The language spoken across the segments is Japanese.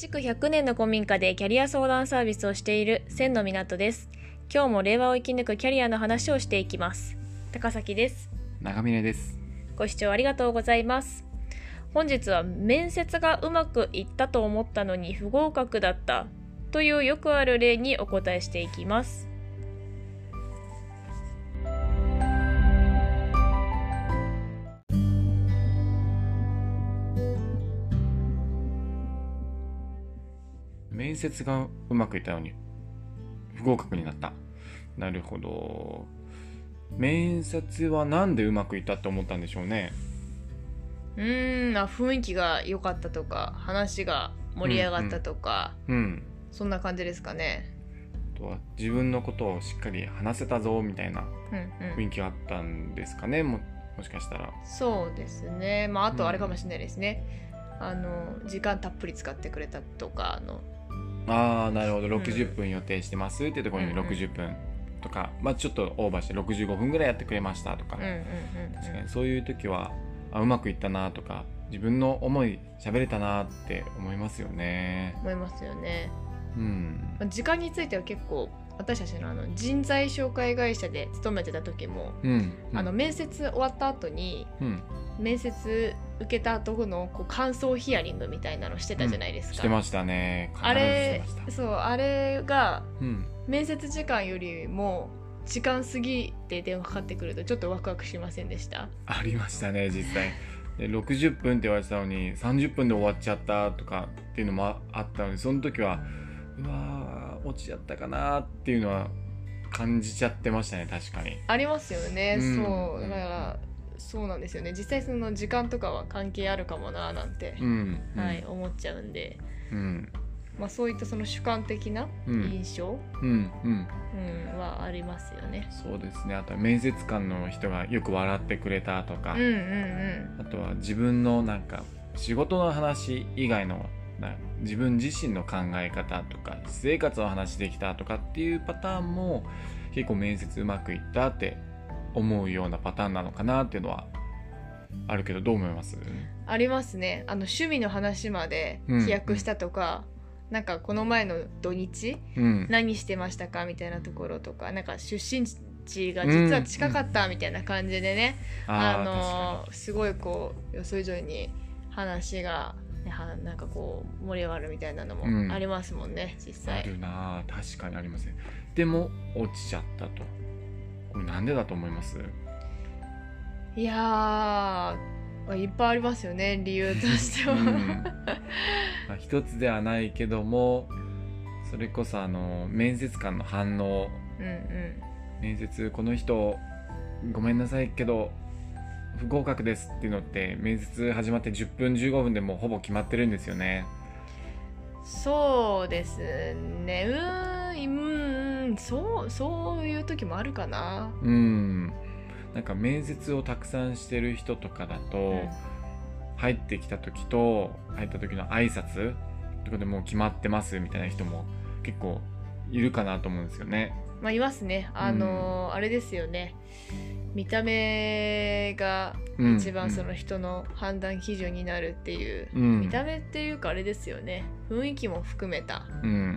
築100年の古民家でキャリア相談サービスをしている千の港です。今日も令和を生き抜くキャリアの話をしていきます。高崎です。 長峰です。 ご視聴ありがとうございます。本日は面接がうまくいったと思ったのに不合格だったというよくある例にお答えしていきます。 面接がうまくいったのに不合格になった。なるほど。面接はなんでうまくいったって思ったんでしょうね。 雰囲気が良かったとか、話が盛り上がったとか、そんな感じですかね。 あとは自分のことをしっかり話せたぞみたいな雰囲気があったんですかね。もしかしたら。 そうですね。あとあれかもしれないですね。時間たっぷり使ってくれたとかなるほど。60分予定してますっていうところに60分とか、ちょっとオーバーして65分ぐらいやってくれましたとか、確かにそういう時はうまくいったなとか、自分の思い喋れたなって思いますよね。 思いますよね。時間については結構私たちの人材紹介会社で勤めてた時も、面接終わった後に、面接受けた後の感想ヒアリングみたいなのしてたじゃないですか。 してましたね。 あれが、面接時間よりも時間過ぎて電話かかってくるとちょっとワクワクしませんでした？ ありましたね、実際。で60分って言われてたのに30分で終わっちゃったとかっていうのもあったので、その時は落ちちゃったかなっていうのは感じちゃってましたね。確かにありますよね。そうだからそうなんですよね。実際その時間とかは関係あるかもななんて、思っちゃうんで、そういったその主観的な印象、はありますよね。 そうですね。あとは面接官の人がよく笑ってくれたとか、あとは自分の仕事の話以外の自分自身の考え方とか私生活の話できたとかっていうパターンも結構面接うまくいったって思うようなパターンなのかなっていうのはあるけど、どう思います？ ありますね。趣味の話まで飛躍したとか、この前の土日、何してましたかみたいなところとか、出身地が実は近かったみたいな感じでね、すごい予想以上に話が盛り上がるみたいなのもありますもんね、実際。 あるな。確かにありますね。でも落ちちゃったと。これなんでだと思います？ いやー、いっぱいありますよね、理由としては。 一つではないけども、それこそ面接官の反応、面接この人ごめんなさいけど不合格ですっていうのって、面接始まって10分15分でもうほぼ決まってるんですよね。 そうですね。そういう時もあるかな。 面接をたくさんしてる人とかだと、入ってきた時と入った時の挨拶とかでもう決まってますみたいな人も結構いるかなと思うんですよね。 いますね。あれですよね。見た目が一番その人の判断基準になるっていう、見た目っていうかあれですよね。雰囲気も含めた、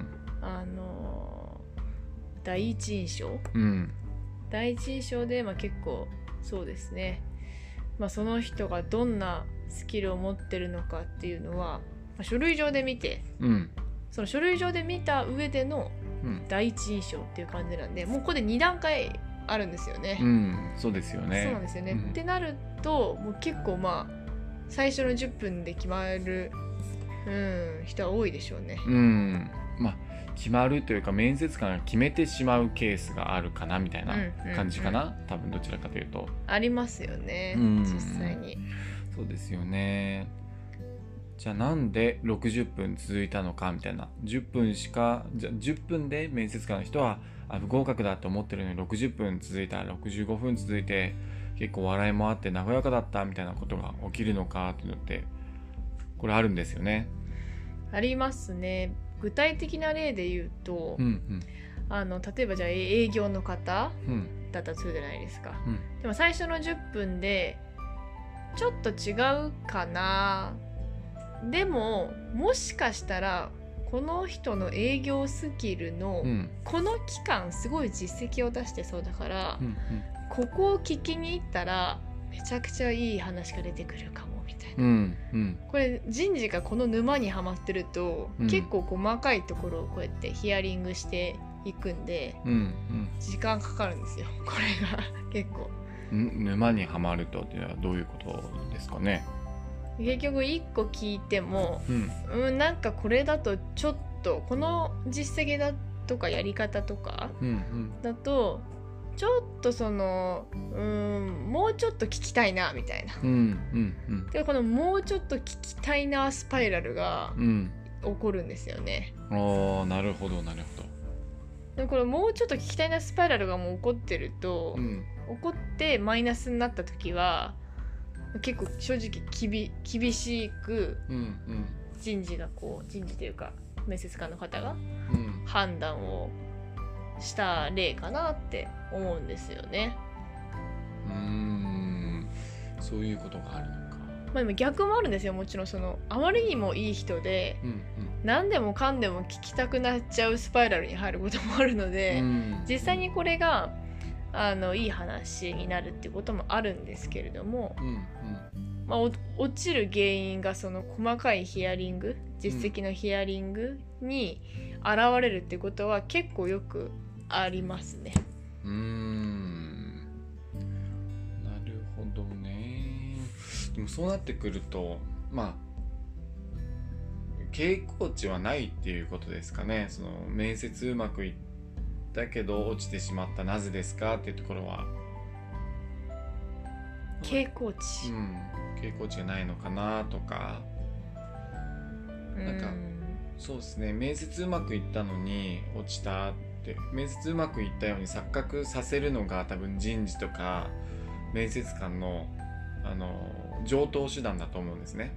第一印象、第一印象で結構そうですね。その人がどんなスキルを持ってるのかっていうのは、書類上で見て、その書類上で見た上での第一印象っていう感じなんで、もうここで2段階あるんですよね。 そうですよね。 そうなんですよね。ってなるともう結構最初の10分で決まる、人は多いでしょうね。 決まるというか、面接官が決めてしまうケースがあるかなみたいな感じかな、多分どちらかというとありますよね、実際に。 そうですよね。じゃあなんで60分続いたのかみたいな。10分で面接官の人は不合格だと思ってるのに60分続いた、65分続いて結構笑いもあって和やかだったみたいなことが起きるのかっていうのって、これあるんですよね。 ありますね。具体的な例で言うと、例えばじゃあ営業の方だったとするじゃないですか、でも最初の10分でちょっと違うかな、でももしかしたらこの人の営業スキルの、この期間すごい実績を出してそうだから、ここを聞きに行ったらめちゃくちゃいい話が出てくるかもみたいな、これ人事がこの沼にはまってると、結構細かいところをこうやってヒアリングしていくんで、時間かかるんですよこれが結構。 沼にはまるとっていうのはどういうことですかね。 結局1個聞いても、なんかこれだとちょっとこの実績だとかやり方とかだとちょっとそのもうちょっと聞きたいなみたいな、でこのもうちょっと聞きたいなスパイラルが起こるんですよね。 なるほどなるほど。 でこれもうちょっと聞きたいなスパイラルがもう起こってると、起こってマイナスになった時は結構正直厳しく人事というか面接官の方が判断をした例かなって思うんですよね。 そういうことがあるのか。 でも逆もあるんですよ。もちろんそのあまりにもいい人で、何でもかんでも聞きたくなっちゃうスパイラルに入ることもあるので、実際にこれがいい話になるっていうこともあるんですけれども、落ちる原因がその細かいヒアリング、実績のヒアリングに現れるってことは結構よくありますね。 なるほどね。でもそうなってくると傾向値はないっていうことですかね。その面接うまくいったけど落ちてしまった、なぜですかっていうところは傾向値、 傾向値がないのかなとか、なんかそうですね、面接うまくいったのに落ちたって、面接うまくいったように錯覚させるのが多分人事とか面接官の常套手段だと思うんですね。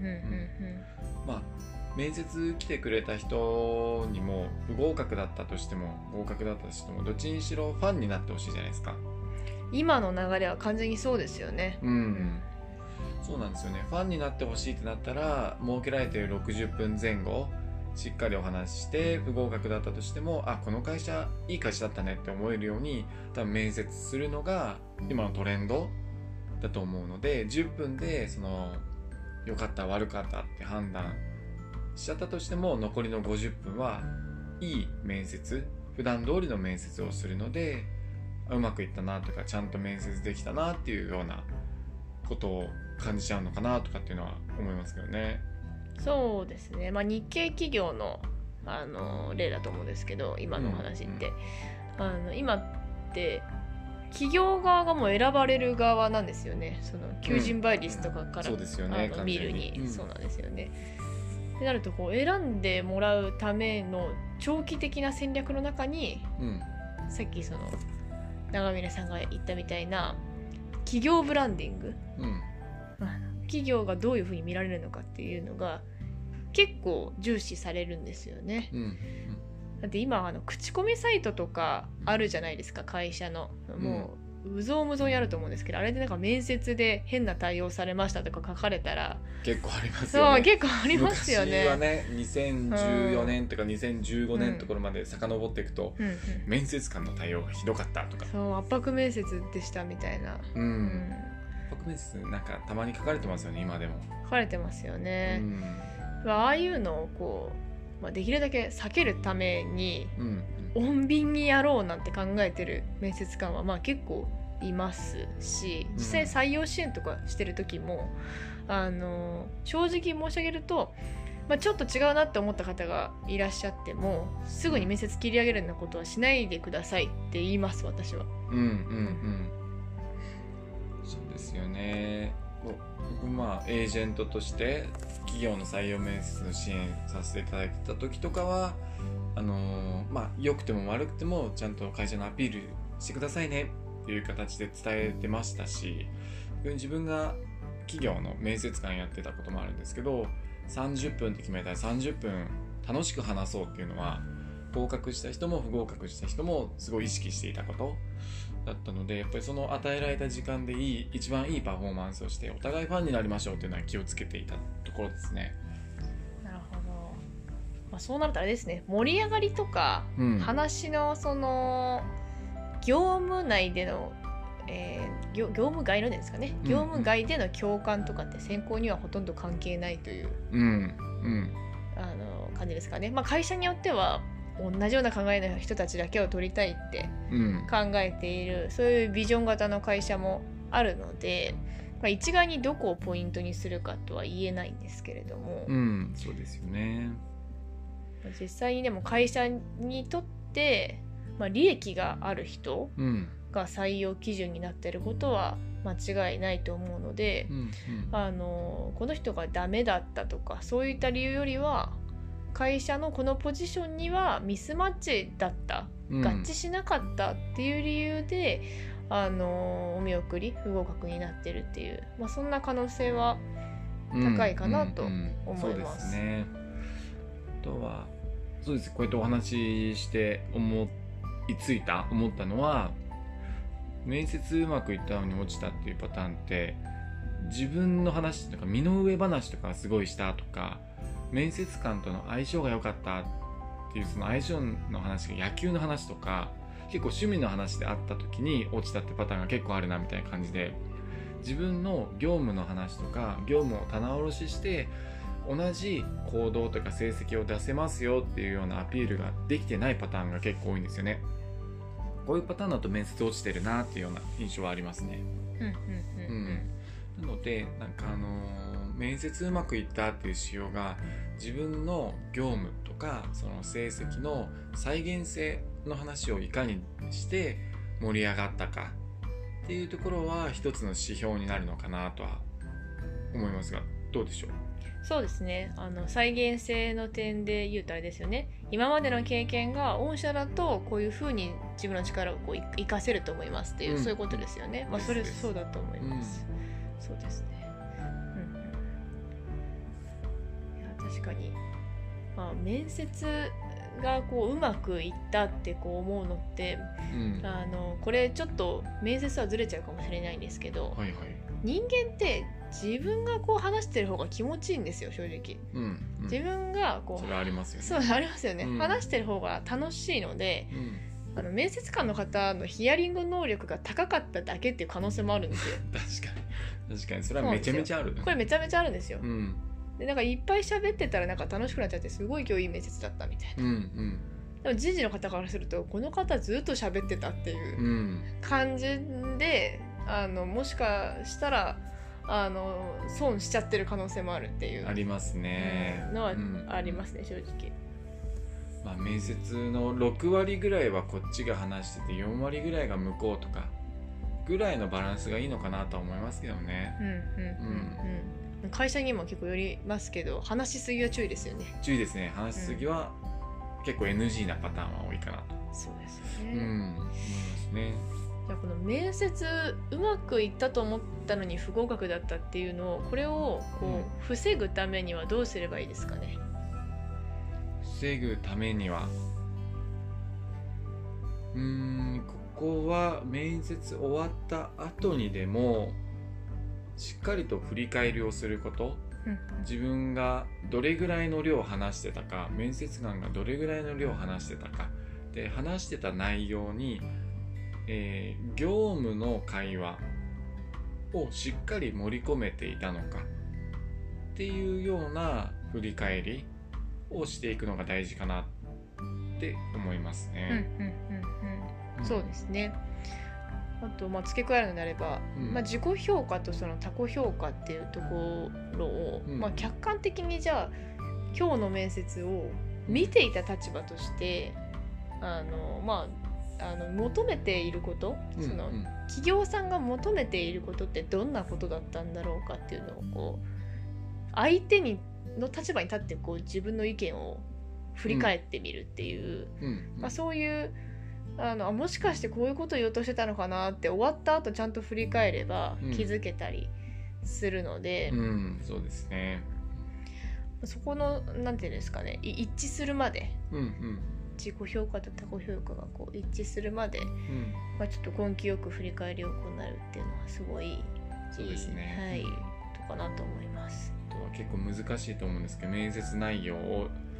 面接来てくれた人にも不合格だったとしても合格だったとしてもどっちにしろファンになってほしいじゃないですか。 今の流れは完全にそうですよね。 そうなんですよね。ファンになってほしいってなったら設けられている60分前後しっかりお話しして、不合格だったとしてもこの会社いい会社だったねって思えるように多分面接するのが今のトレンドだと思うので、10分でその良かった悪かったって判断しちゃったとしても残りの50分はいい面接、普段通りの面接をするので、うまくいったなとかちゃんと面接できたなっていうようなことを感じちゃうのかなとかっていうのは思いますけどね。 そうですね、日系企業の、例だと思うんですけど、今のお話って、今って企業側がもう選ばれる側なんですよね。その求人倍率とかから、見るに、そうなんですよね。ってなると選んでもらうための長期的な戦略の中に、さっきその長峰さんが言ったみたいな企業ブランディング、企業がどういうふうに見られるのかっていうのが結構重視されるんですよね。だって今口コミサイトとかあるじゃないですか、会社の。もううぞうむぞうにあると思うんですけど、あれでなんか面接で変な対応されましたとか書かれたら結構ありますよね。 そう結構ありますよね。 昔はね、2014年とか2015年ところまで遡っていくと、面接官の対応がひどかったとか、 そう圧迫面接でしたみたいな、圧迫面接なんかたまに書かれてますよね。今でも書かれてますよね。ああいうのをできるだけ避けるために、穏便にやろうなんて考えてる面接官は結構いますし、実際採用支援とかしてる時も、正直申し上げると、ちょっと違うなって思った方がいらっしゃってもすぐに面接切り上げるようなことはしないでくださいって言います、私は。 そうですよね。僕エージェントとして企業の採用面接の支援させていただいてた時とかは良くても悪くてもちゃんと会社のアピールしてくださいねっていう形で伝えてましたし、自分が企業の面接官やってたこともあるんですけど、30分って決めたら30分楽しく話そうっていうのは合格した人も不合格した人もすごい意識していたことだったので、やっぱりその与えられた時間で一番いいパフォーマンスをしてお互いファンになりましょうっていうのは気をつけていたところですね。 なるほど。 そうなるとあれですね、盛り上がりとか、話のその業務内での、業務外のですかね、業務外での共感とかって選考にはほとんど関係ないという、感じですかね。会社によっては同じような考えの人たちだけを取りたいって考えている、そういうビジョン型の会社もあるので、一概にどこをポイントにするかとは言えないんですけれども、 そうですよね。 実際にでも会社にとって、利益がある人が採用基準になっていることは間違いないと思うので、この人がダメだったとかそういった理由よりは、会社のこのポジションにはミスマッチだった、合致しなかったっていう理由でお見送り不合格になってるっていう、そんな可能性は高いかなと思います。 そうですね。あとはそうです。こうやってお話しして思ったのは、面接うまくいったのに落ちたっていうパターンって、自分の話とか身の上話とかすごいしたとか、面接官との相性が良かったっていうその相性の話が野球の話とか結構趣味の話であった時に落ちたってパターンが結構あるなみたいな感じで、自分の業務の話とか業務を棚卸しして同じ行動とか成績を出せますよっていうようなアピールができてないパターンが結構多いんですよね。こういうパターンだと面接落ちてるなっていうような印象はありますね。なので面接うまくいったっていう指標が自分の業務とかその成績の再現性の話をいかにして盛り上がったかっていうところは一つの指標になるのかなとは思いますが、どうでしょう。 そうですね、再現性の点で言うとあれですよね、今までの経験が御社だとこういうふうに自分の力をこう活かせると思いますっていう、そういうことですよね。それそうだと思います、そうですね。いや確かに、面接がこううまくいったってこう思うのって、これちょっと面接はずれちゃうかもしれないんですけど、人間って自分がこう話してる方が気持ちいいんですよ、正直。自分がこうそれありますよね。 そうありますよね、話してる方が楽しいので、面接官の方のヒアリング能力が高かっただけっていう可能性もあるんですよ。 確かにそれはめちゃめちゃある。 これめちゃめちゃあるんですよ。でなんかいっぱい喋ってたらなんか楽しくなっちゃって、すごい今日いい面接だったみたいな。でも人事の方からするとこの方ずっと喋ってたっていう感じで、もしかしたら損しちゃってる可能性もあるっていうありますね、 のはありますね、正直。 面接の6割ぐらいはこっちが話してて4割ぐらいが向こうとかぐらいのバランスがいいのかなとは思いますけどね。会社にも結構よりますけど、話しすぎは注意ですよね。 注意ですね。話しすぎは結構 NG なパターンは多いかなと。 そうですね、 思いますね。 じゃあこの面接うまくいったと思ったのに不合格だったっていうのを、これをこう防ぐためにはどうすればいいですかね。 防ぐためにはここは面接終わった後にでもしっかりと振り返りをすること、自分がどれぐらいの量を話してたか、面接官がどれぐらいの量を話してたかで、話してた内容に、業務の会話をしっかり盛り込めていたのかっていうような振り返りをしていくのが大事かなって思いますね。 そうですね。あと付け加えるのであれば、自己評価とその他己評価っていうところを、客観的にじゃあ今日の面接を見ていた立場として求めていること、その企業さんが求めていることってどんなことだったんだろうかっていうのをこう相手の立場に立ってこう自分の意見を振り返ってみるっていう、そういうもしかしてこういうことを言おうとしてたのかなって終わった後ちゃんと振り返れば気づけたりするので、 そうですね。 そこのなんていうんですかね、一致するまで、自己評価と他己評価がこう一致するまで、ちょっと根気よく振り返りを行うっていうのはすごいいい、 そうですね、 ことかなと思います。 あとは結構難しいと思うんですけど、面接内容を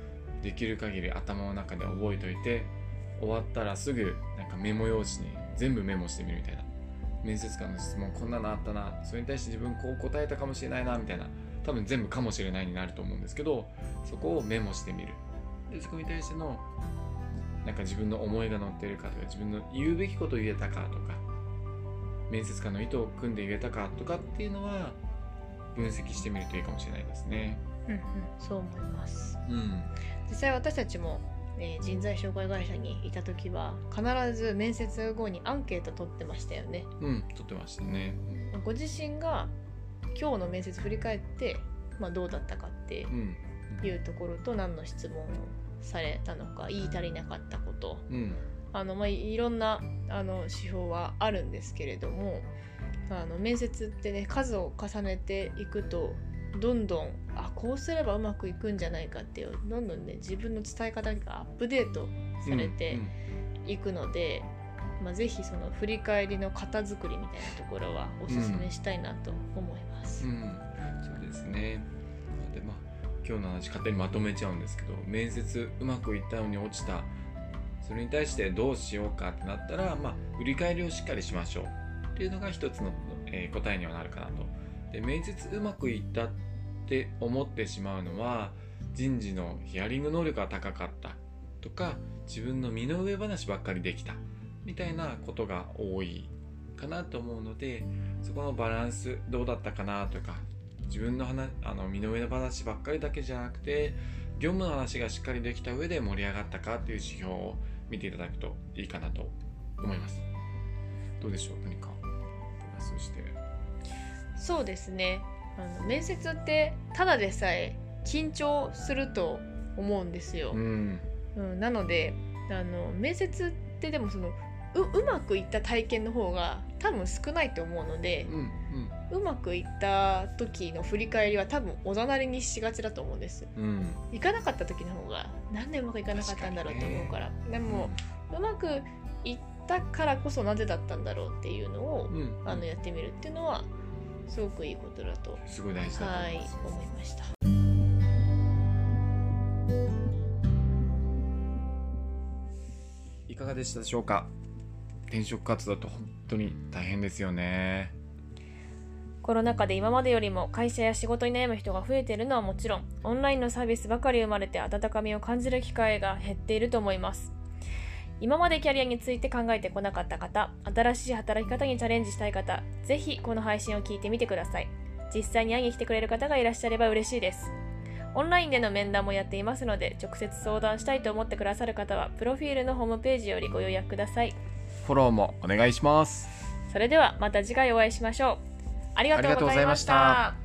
できる限り頭の中で覚えておいて、終わったらすぐなんかメモ用紙に全部メモしてみるみたいな。面接官の質問こんなのあったな、それに対して自分こう答えたかもしれないなみたいな、多分全部かもしれないになると思うんですけど、そこをメモしてみる。でそこに対してのなんか自分の思いが乗ってるかとか、自分の言うべきことを言えたかとか、面接官の意図を組んで言えたかとかっていうのは分析してみるといいかもしれないですね。 そう思います。実際私たちも、人材紹介会社にいた時は必ず面接後にアンケート取ってましたよね。 取ってましたね。 ご自身が今日の面接振り返って、どうだったかっていうところと、何の質問をされたのか、言い足りなかったこと、いろんな指標はあるんですけれども、面接ってね、数を重ねていくとどんどんこうすればうまくいくんじゃないかっていう、どんどんね自分の伝え方がアップデートされていくので、ぜひその振り返りの型作りみたいなところはおすすめしたいなと思います。 そうですね。で今日の話勝手にまとめちゃうんですけど、面接うまくいったのに落ちた、それに対してどうしようかってなったら、振り返りをしっかりしましょうっていうのが一つの、答えにはなるかなと。で面接うまくいったって思ってしまうのは、人事のヒアリング能力が高かったとか、自分の身の上話ばっかりできたみたいなことが多いかなと思うので、そこのバランスどうだったかなとか、自分の身の上の話ばっかりだけじゃなくて、業務の話がしっかりできた上で盛り上がったかっていう指標を見ていただくといいかなと思います。どうでしょう、何かプラスして。そうですね、 面接ってただでさえ緊張すると思うんですよ。なので面接ってでもうまくいった体験の方が多分少ないと思うので、うまくいった時の振り返りは多分おざなりにしがちだと思うんです。いかなかった時の方がなんでうまくいかなかったんだろうと思うから、でもうまくいったからこそなぜだったんだろうっていうのを、やってみるっていうのはすごくいいことだと、 すごい大事だと思います。 思いました。 いかがでしたでしょうか。転職活動って本当に大変ですよね。 コロナ禍で今までよりも会社や仕事に悩む人が増えているのはもちろん、オンラインのサービスばかり生まれて温かみを感じる機会が減っていると思います。今までキャリアについて考えてこなかった方、新しい働き方にチャレンジしたい方、ぜひこの配信を聞いてみてください。実際に会いに来てくれる方がいらっしゃれば嬉しいです。オンラインでの面談もやっていますので、直接相談したいと思ってくださる方はプロフィールのホームページよりご予約ください。 フォローもお願いします。 それではまた次回お会いしましょう。ありがとうございました。